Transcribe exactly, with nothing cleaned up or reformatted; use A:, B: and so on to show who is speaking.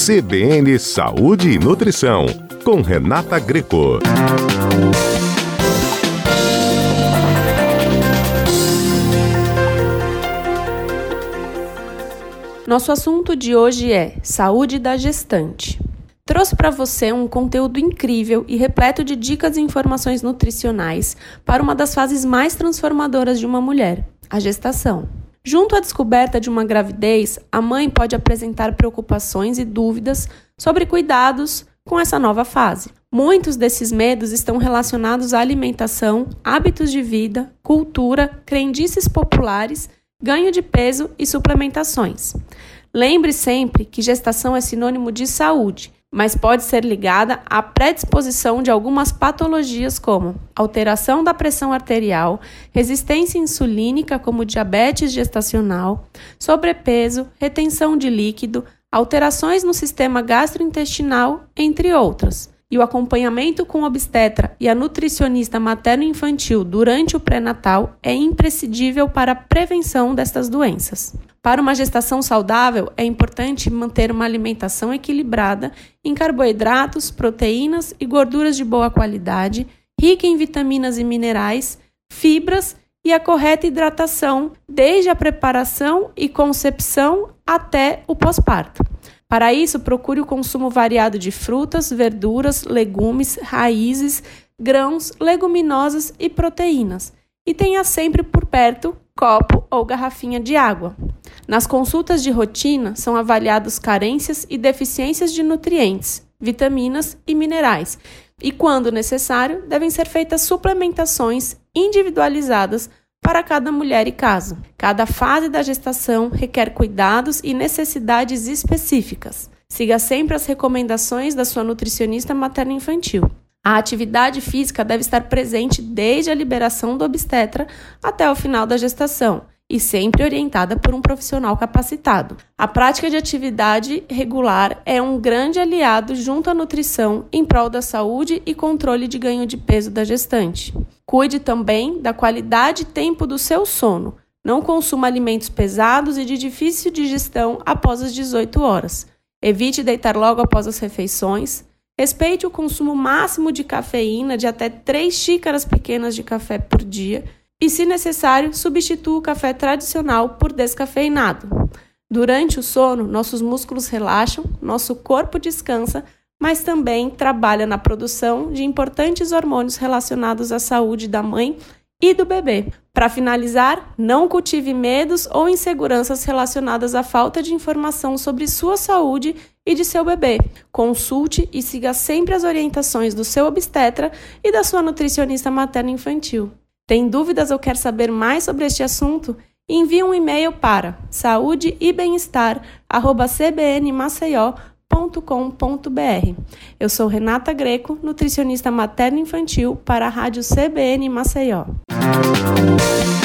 A: C B N Saúde e Nutrição, com Renata Greco.
B: Nosso assunto de hoje é saúde da gestante. Trouxe para você um conteúdo incrível e repleto de dicas e informações nutricionais para uma das fases mais transformadoras de uma mulher, a gestação. Junto à descoberta de uma gravidez, a mãe pode apresentar preocupações e dúvidas sobre cuidados com essa nova fase. Muitos desses medos estão relacionados à alimentação, hábitos de vida, cultura, crendices populares, ganho de peso e suplementações. Lembre sempre que gestação é sinônimo de saúde, mas pode ser ligada à predisposição de algumas patologias como alteração da pressão arterial, resistência insulínica como diabetes gestacional, sobrepeso, retenção de líquido, alterações no sistema gastrointestinal, entre outras. E o acompanhamento com o obstetra e a nutricionista materno-infantil durante o pré-natal é imprescindível para a prevenção destas doenças. Para uma gestação saudável, é importante manter uma alimentação equilibrada em carboidratos, proteínas e gorduras de boa qualidade, rica em vitaminas e minerais, fibras e a correta hidratação, desde a preparação e concepção até o pós-parto. Para isso, procure o consumo variado de frutas, verduras, legumes, raízes, grãos, leguminosas e proteínas. E tenha sempre por perto copo ou garrafinha de água. Nas consultas de rotina, são avaliadas carências e deficiências de nutrientes, vitaminas e minerais. E, quando necessário, devem ser feitas suplementações individualizadas para cada mulher e caso. Cada fase da gestação requer cuidados e necessidades específicas. Siga sempre as recomendações da sua nutricionista materno-infantil. A atividade física deve estar presente desde a liberação do obstetra até o final da gestação e sempre orientada por um profissional capacitado. A prática de atividade regular é um grande aliado junto à nutrição em prol da saúde e controle de ganho de peso da gestante. Cuide também da qualidade e tempo do seu sono. Não consuma alimentos pesados e de difícil digestão após as dezoito horas. Evite deitar logo após as refeições. Respeite o consumo máximo de cafeína de até três xícaras pequenas de café por dia e, se necessário, substitua o café tradicional por descafeinado. Durante o sono, nossos músculos relaxam, nosso corpo descansa, mas também trabalha na produção de importantes hormônios relacionados à saúde da mãe e do bebê. Para finalizar, não cultive medos ou inseguranças relacionadas à falta de informação sobre sua saúde e de seu bebê. Consulte e siga sempre as orientações do seu obstetra e da sua nutricionista materno-infantil. Tem dúvidas ou quer saber mais sobre este assunto? Envie um e-mail para saúde e bem-estar arroba c b n maceió ponto com ponto b r. Eu sou Renata Greco, nutricionista materno-infantil para a Rádio C B N Maceió.